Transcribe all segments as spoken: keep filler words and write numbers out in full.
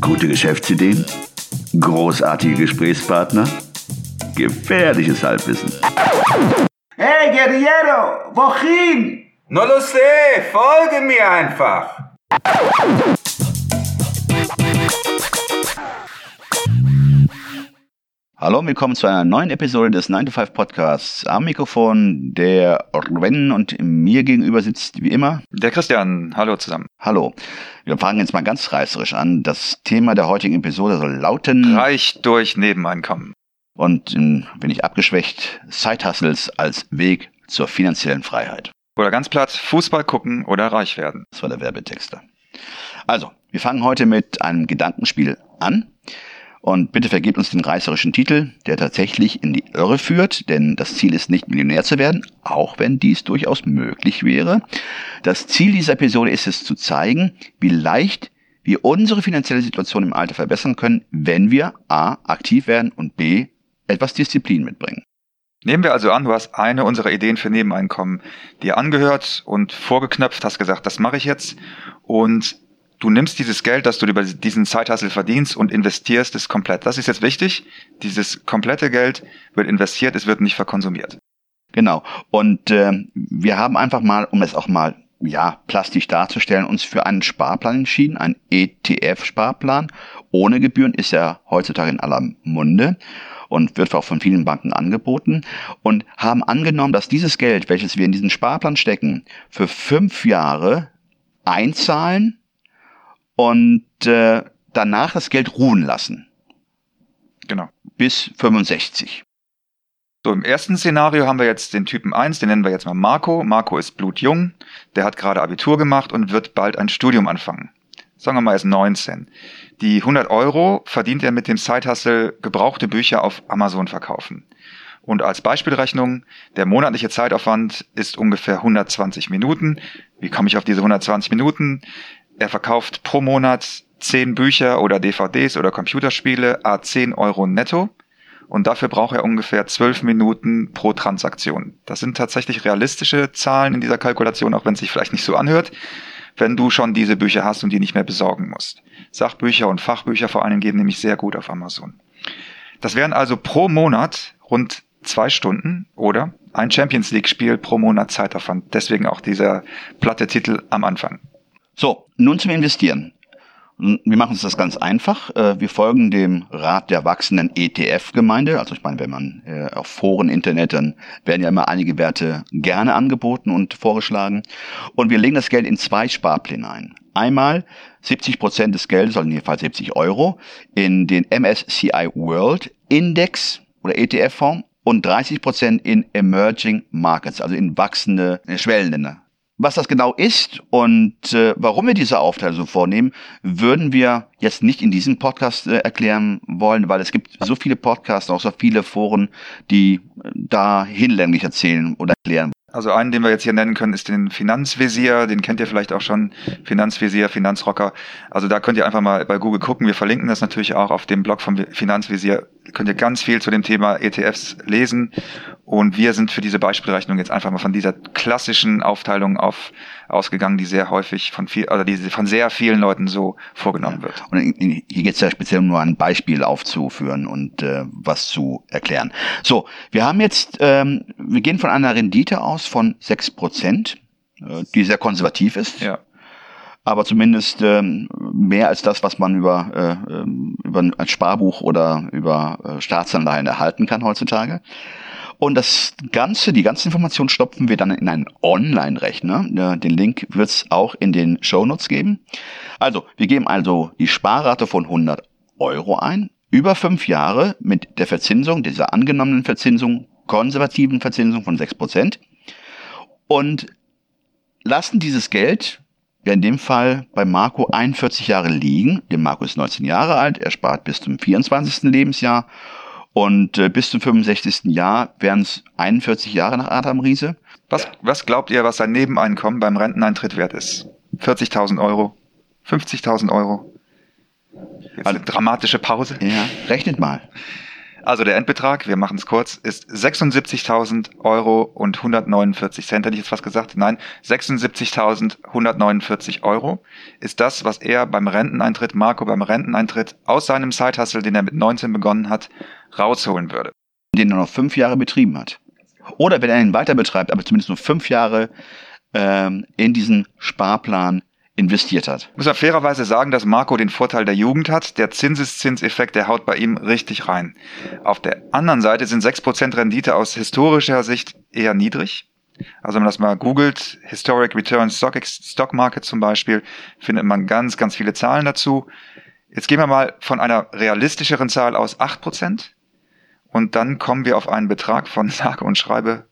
Gute Geschäftsideen? Großartige Gesprächspartner? Gefährliches Halbwissen. Hey Guerriero, wohin? No lo sé, folge mir einfach. Hallo und willkommen zu einer neuen Episode des nine to five Podcasts. Am Mikrofon der Ren und mir gegenüber sitzt wie immer der Christian. Hallo zusammen. Hallo. Wir fangen jetzt mal ganz reißerisch an. Das Thema der heutigen Episode soll lauten: Reich durch Nebeneinkommen. Und ähm, bin ich abgeschwächt, Side-Hustles als Weg zur finanziellen Freiheit. Oder ganz platt, Fußball gucken oder reich werden. Das war der Werbetexter. Also, wir fangen heute mit einem Gedankenspiel an. Und bitte vergebt uns den reißerischen Titel, der tatsächlich in die Irre führt, denn das Ziel ist nicht, Millionär zu werden, auch wenn dies durchaus möglich wäre. Das Ziel dieser Episode ist es zu zeigen, wie leicht wir unsere finanzielle Situation im Alter verbessern können, wenn wir a. aktiv werden und b. etwas Disziplin mitbringen. Nehmen wir also an, du hast eine unserer Ideen für Nebeneinkommen dir angehört und vorgeknöpft, hast gesagt, das mache ich jetzt, und du nimmst dieses Geld, das du über diesen Side-Hustle verdienst, und investierst es komplett. Das ist jetzt wichtig. Dieses komplette Geld wird investiert, es wird nicht verkonsumiert. Genau. Und äh, wir haben einfach mal, um es auch mal ja plastisch darzustellen, uns für einen Sparplan entschieden, ein E T F-Sparplan. Ohne Gebühren ist ja heutzutage in aller Munde und wird auch von vielen Banken angeboten, und haben angenommen, dass dieses Geld, welches wir in diesen Sparplan stecken, für fünf Jahre einzahlen und äh, danach das Geld ruhen lassen. Genau. Bis fünfundsechzig. So, im ersten Szenario haben wir jetzt den Typen eins, den nennen wir jetzt mal Marco. Marco ist blutjung, der hat gerade Abitur gemacht und wird bald ein Studium anfangen. Sagen wir mal, er ist neunzehn. Die hundert Euro verdient er mit dem Side-Hustle gebrauchte Bücher auf Amazon verkaufen. Und als Beispielrechnung, der monatliche Zeitaufwand ist ungefähr hundertzwanzig Minuten. Wie komme ich auf diese hundertzwanzig Minuten? Er verkauft pro Monat zehn Bücher oder D V Ds oder Computerspiele à zehn Euro netto. Und dafür braucht er ungefähr zwölf Minuten pro Transaktion. Das sind tatsächlich realistische Zahlen in dieser Kalkulation, auch wenn es sich vielleicht nicht so anhört, wenn du schon diese Bücher hast und die nicht mehr besorgen musst. Sachbücher und Fachbücher vor allem gehen nämlich sehr gut auf Amazon. Das wären also pro Monat rund zwei Stunden oder ein Champions League-Spiel pro Monat Zeitaufwand. Deswegen auch dieser platte Titel am Anfang. So, nun zum Investieren. Wir machen uns das ganz einfach. Wir folgen dem Rat der wachsenden E T F-Gemeinde. Also ich meine, wenn man auf Foren, Internet, dann werden ja immer einige Werte gerne angeboten und vorgeschlagen. Und wir legen das Geld in zwei Sparpläne ein. Einmal siebzig Prozent des Geldes, also in jedem Fall siebzig Euro, in den M S C I World Index oder E T F-Fonds und dreißig Prozent in Emerging Markets, also in wachsende Schwellenländer. Was das genau ist und äh, warum wir diese Aufteilung so vornehmen, würden wir jetzt nicht in diesem Podcast äh, erklären wollen, weil es gibt so viele Podcasts, auch so viele Foren, die äh, da hinlänglich erzählen oder erklären. Also einen, den wir jetzt hier nennen können, ist den Finanzvisier. Den kennt ihr vielleicht auch schon. Finanzvisier, Finanzrocker. Also da könnt ihr einfach mal bei Google gucken. Wir verlinken das natürlich auch auf dem Blog vom Finanzvisier. Könnt ihr ganz viel zu dem Thema E T Fs lesen. Und wir sind für diese Beispielrechnung jetzt einfach mal von dieser klassischen Aufteilung auf ausgegangen, die sehr häufig von viel, oder die von sehr vielen Leuten so vorgenommen ja. wird. Und hier geht es ja speziell um nur ein Beispiel aufzuführen und äh, was zu erklären. So, wir haben jetzt, ähm, wir gehen von einer Rendite aus von sechs Prozent, äh, die sehr konservativ ist. Ja. Aber zumindest ähm, mehr als das, was man über, äh, über ein Sparbuch oder über äh, Staatsanleihen erhalten kann heutzutage. Und das Ganze, die ganze Information stopfen wir dann in einen Online-Rechner. Den Link wird es auch in den Shownotes geben. Also, wir geben also die Sparrate von hundert Euro ein, über fünf Jahre mit der Verzinsung, dieser angenommenen Verzinsung, konservativen Verzinsung von sechs Prozent, und lassen dieses Geld, ja in dem Fall bei Marco einundvierzig Jahre liegen. Der Marco ist neunzehn Jahre alt, er spart bis zum vierundzwanzigsten Lebensjahr. Und äh, bis zum fünfundsechzigsten Jahr wären es einundvierzig Jahre nach Adam Riese. Was, was glaubt ihr, was sein Nebeneinkommen beim Renteneintritt wert ist? vierzigtausend Euro? fünfzigtausend Euro? Jetzt eine dramatische Pause. Ja, rechnet mal. Also der Endbetrag, wir machen es kurz, ist sechsundsiebzigtausend Euro und hundertneunundvierzig Cent, hätte ich jetzt fast gesagt. Nein, sechsundsiebzigtausendhundertneunundvierzig Euro ist das, was er beim Renteneintritt, Marco beim Renteneintritt aus seinem Side-Hustle, den er mit neunzehn begonnen hat, rausholen würde. Den er noch fünf Jahre betrieben hat. Oder wenn er ihn weiter betreibt, aber zumindest nur fünf Jahre ähm, in diesen Sparplan investiert hat. Muss man fairerweise sagen, dass Marco den Vorteil der Jugend hat. Der Zinseszinseffekt, der haut bei ihm richtig rein. Auf der anderen Seite sind sechs Prozent Rendite aus historischer Sicht eher niedrig. Also wenn man das mal googelt, Historic Return Stock, Stock Market zum Beispiel, findet man ganz, ganz viele Zahlen dazu. Jetzt gehen wir mal von einer realistischeren Zahl aus, acht Prozent. Und dann kommen wir auf einen Betrag von, sage und schreibe,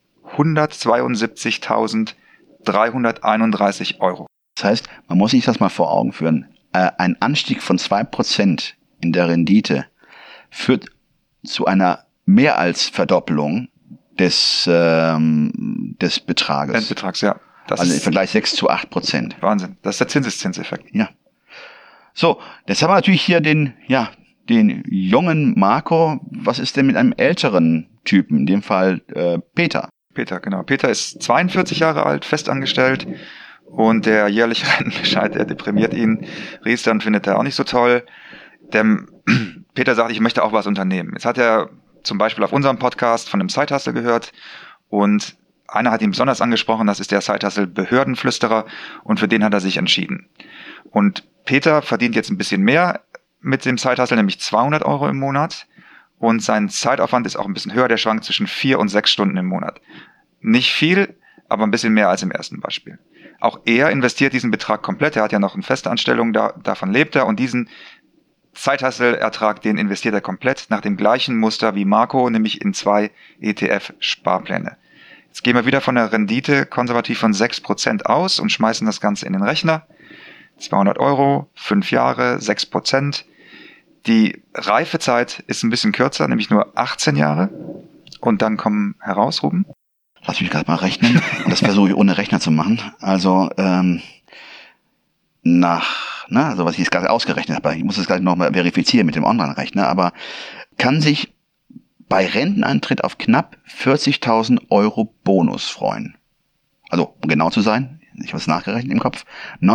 hundertzweiundsiebzigtausenddreihunderteinunddreißig Euro. Das heißt, man muss sich das mal vor Augen führen. Äh, ein Anstieg von zwei Prozent in der Rendite führt zu einer mehr als Verdoppelung des, ähm, des Betrages. Endbetrags, ja. Das also im ist Vergleich sechs zu acht Prozent. Wahnsinn. Das ist der Zinseszinseffekt. Ja. So, jetzt haben wir natürlich hier den, ja, den jungen Marco. Was ist denn mit einem älteren Typen? In dem Fall äh, Peter. Peter, genau. Peter ist zweiundvierzig Jahre alt, festangestellt. Und der jährliche Rentenbescheid, der deprimiert ihn. Riester findet er auch nicht so toll. Der Peter sagt, ich möchte auch was unternehmen. Jetzt hat er zum Beispiel auf unserem Podcast von einem Side-Hustle gehört. Und einer hat ihn besonders angesprochen, das ist der Side-Hustle Behördenflüsterer. Und für den hat er sich entschieden. Und Peter verdient jetzt ein bisschen mehr mit dem Side-Hustle, nämlich zweihundert Euro im Monat. Und sein Zeitaufwand ist auch ein bisschen höher, der schwankt zwischen vier und sechs Stunden im Monat. Nicht viel, aber ein bisschen mehr als im ersten Beispiel. Auch er investiert diesen Betrag komplett. Er hat ja noch eine feste Anstellung, da, davon lebt er. Und diesen Side-Hustle-Ertrag, den investiert er komplett nach dem gleichen Muster wie Marco, nämlich in zwei E T F-Sparpläne. Jetzt gehen wir wieder von der Rendite konservativ von sechs Prozent aus und schmeißen das Ganze in den Rechner. zweihundert Euro, fünf Jahre, sechs Prozent. Die Reifezeit ist ein bisschen kürzer, nämlich nur achtzehn Jahre. Und dann kommen heraus, Ruben. Lass mich gerade mal rechnen. Und das versuche ich ohne Rechner zu machen. Also ähm, nach, na, also was ich jetzt gerade ausgerechnet habe, ich muss das gleich nochmal verifizieren mit dem Online-Rechner, aber kann sich bei Renteneintritt auf knapp vierzigtausend Euro Bonus freuen. Also, um genau zu sein, ich habe es nachgerechnet im Kopf,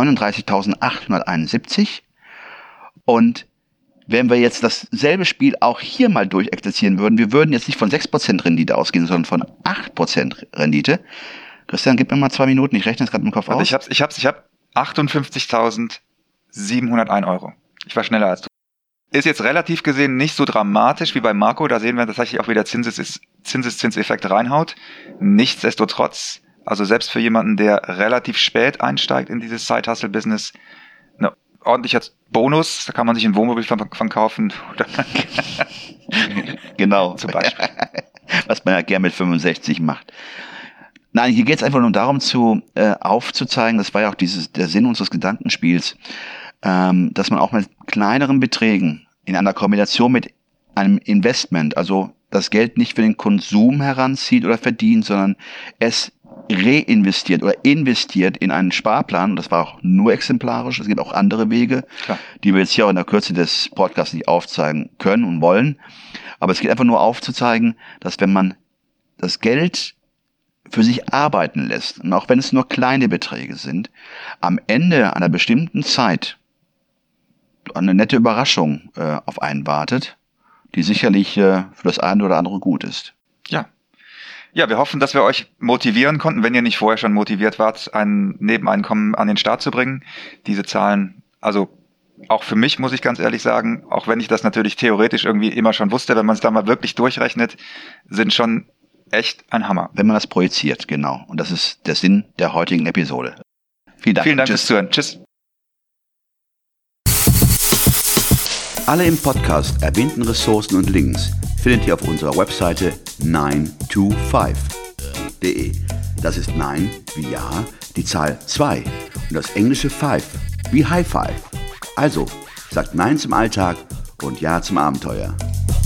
neununddreißigtausendachthunderteinundsiebzig. Und wenn wir jetzt dasselbe Spiel auch hier mal durchexerzieren würden, wir würden jetzt nicht von sechs Prozent Rendite ausgehen, sondern von acht Prozent Rendite. Christian, gib mir mal zwei Minuten, ich rechne es gerade im Kopf also aus. Ich hab's, ich hab's, ich hab achtundfünfzigtausendsiebenhundertein Euro. Ich war schneller als du. Ist jetzt relativ gesehen nicht so dramatisch wie bei Marco, da sehen wir tatsächlich auch wieder Zinseszins, Zinseszinseffekt reinhaut. Nichtsdestotrotz, also selbst für jemanden, der relativ spät einsteigt in dieses Side-Hustle-Business, eine ordentlicher Bonus, da kann man sich ein Wohnmobil von kaufen. Genau. Zum Beispiel. Was man ja gern mit fünfundsechzig macht. Nein, hier geht es einfach nur darum, zu äh, aufzuzeigen, das war ja auch dieses, der Sinn unseres Gedankenspiels, ähm, dass man auch mit kleineren Beträgen in einer Kombination mit einem Investment, also das Geld nicht für den Konsum heranzieht oder verdient, sondern es reinvestiert oder investiert in einen Sparplan. Das war auch nur exemplarisch. Es gibt auch andere Wege, Klar. die wir jetzt hier auch in der Kürze des Podcasts nicht aufzeigen können und wollen. Aber es geht einfach nur aufzuzeigen, dass wenn man das Geld für sich arbeiten lässt, und auch wenn es nur kleine Beträge sind, am Ende einer bestimmten Zeit eine nette Überraschung äh, auf einen wartet, die sicherlich äh, für das eine oder andere gut ist. Ja. Ja, wir hoffen, dass wir euch motivieren konnten, wenn ihr nicht vorher schon motiviert wart, ein Nebeneinkommen an den Start zu bringen. Diese Zahlen, also auch für mich, muss ich ganz ehrlich sagen, auch wenn ich das natürlich theoretisch irgendwie immer schon wusste, wenn man es da mal wirklich durchrechnet, sind schon echt ein Hammer. Wenn man das projiziert, genau. Und das ist der Sinn der heutigen Episode. Vielen Dank. Vielen Dank fürs Zuhören. Tschüss. Alle im Podcast erwähnten Ressourcen und Links findet ihr auf unserer Webseite nine two five punkt de. Das ist neun wie Ja, die Zahl zwei und das englische Five wie High Five. Also, sagt Nein zum Alltag und Ja zum Abenteuer.